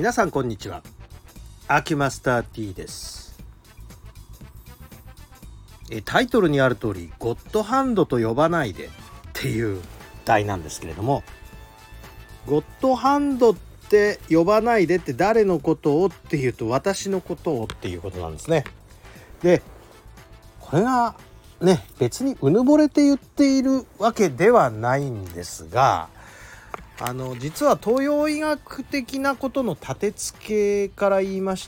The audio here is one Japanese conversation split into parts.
皆さんこんにちは。アキュマスター T です。タイトルにある通りゴッドハンドと呼ばないでっていう題なんですけれども、ゴッドハンドって呼ばないでって誰のことをっていうと、私のことをっていうことなんですね。でこれがね、別にうぬぼれて言っているわけではないんですが、実は東洋医学的なことの立て付けから言いまして、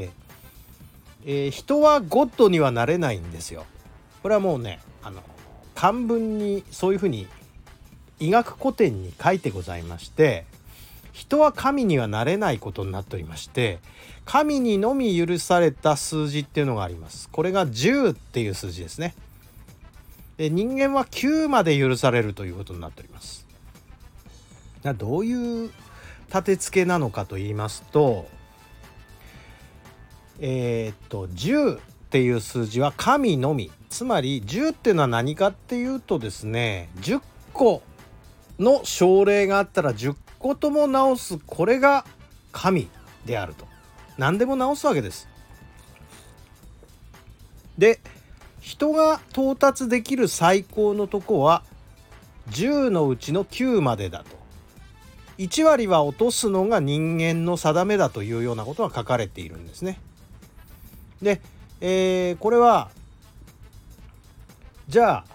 人はゴッドにはなれないんですよ。これはもうね、漢文にそういうふうに医学古典に書いてございまして、人は神にはなれないことになっておりまして、神にのみ許された数字っていうのがあります。これが10っていう数字ですね。で人間は9まで許されるということになっております。どういう立て付けなのかと言いますと、10っていう数字は神のみ、つまり10っていうのは何かっていうとですね、10個の症例があったら10個とも治す、これが神であると。何でも治すわけです。で人が到達できる最高のとこは10のうちの9までだと。1割は落とすのが人間の定めだというようなことが書かれているんですね。で、これはじゃあ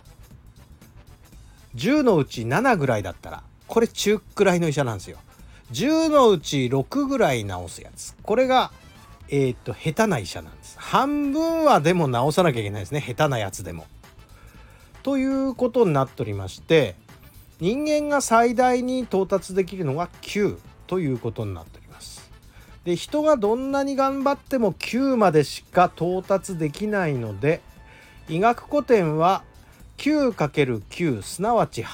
10のうち7ぐらいだったら、これ中くらいの医者なんですよ。10のうち6ぐらい治すやつ、これが下手な医者なんです。半分はでも治さなきゃいけないですね、下手なやつでも。ということになっておりまして、人間が最大に到達できるのが9ということになっております。で人がどんなに頑張っても9までしか到達できないので、医学古典は 9×9 すなわち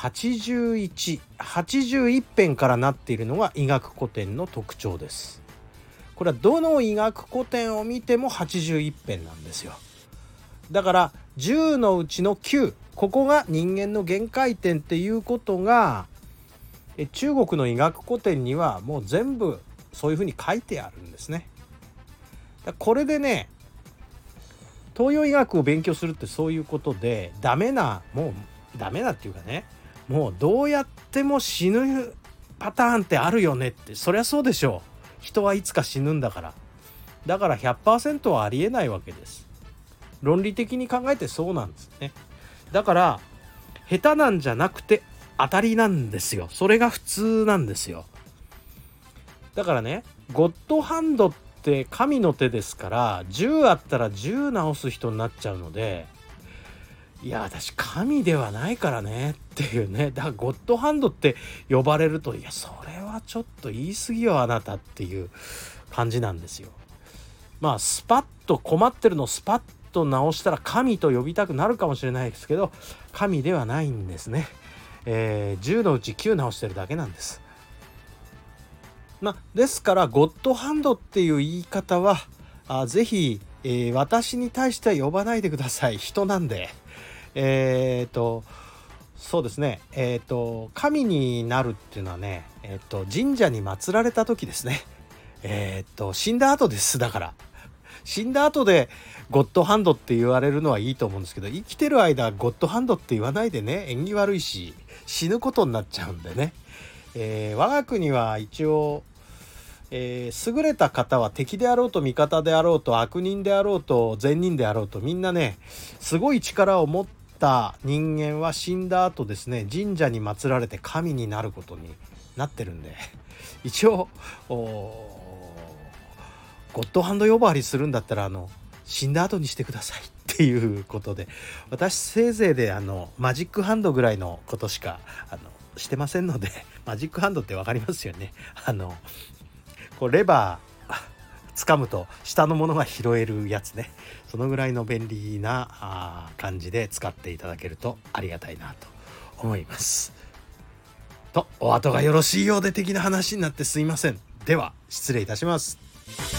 81編からなっているのが医学古典の特徴です。これはどの医学古典を見ても81編なんですよ。だから10のうちの9、ここが人間の限界点っていうことが中国の医学古典にはもう全部そういうふうに書いてあるんですね。これでね、東洋医学を勉強するってそういうことで、もうダメなっていうかね、もうどうやっても死ぬパターンってあるよねって、そりゃそうでしょう。人はいつか死ぬんだから。だから 100% はありえないわけです。論理的に考えてそうなんですね。だから下手なんじゃなくて当たりなんですよ。それが普通なんですよ。だからね、ゴッドハンドって神の手ですから、10あったら10治す人になっちゃうので、いや私神ではないからねっていうね。だからゴッドハンドって呼ばれると、いやそれはちょっと言い過ぎよあなたっていう感じなんですよ。まあスパッと困ってるのをスパッと直したら神と呼びたくなるかもしれないですけど、神ではないんですね。10のうち9直してるだけなんです。ですからゴッドハンドっていう言い方はぜひ、私に対しては呼ばないでください。人なんで。そうですね、神になるっていうのはね、神社に祀られた時ですね。死んだ後です。だから死んだ後でゴッドハンドって言われるのはいいと思うんですけど、生きてる間ゴッドハンドって言わないでね、縁起悪いし死ぬことになっちゃうんでね。我が国は一応、優れた方は敵であろうと味方であろうと悪人であろうと善人であろうと、みんなねすごい力を持った人間は死んだ後ですね、神社に祀られて神になることになってるんで、一応ゴッドハンド呼ばわりするんだったら死んだ後にしてくださいっていうことで、私せいぜいでマジックハンドぐらいのことしかしてませんので、マジックハンドって分かりますよね。こうレバー掴むと下のものが拾えるやつね。そのぐらいの便利な感じで使っていただけるとありがたいなと思いますと、お後がよろしいようで的な話になってすいません。では失礼いたします。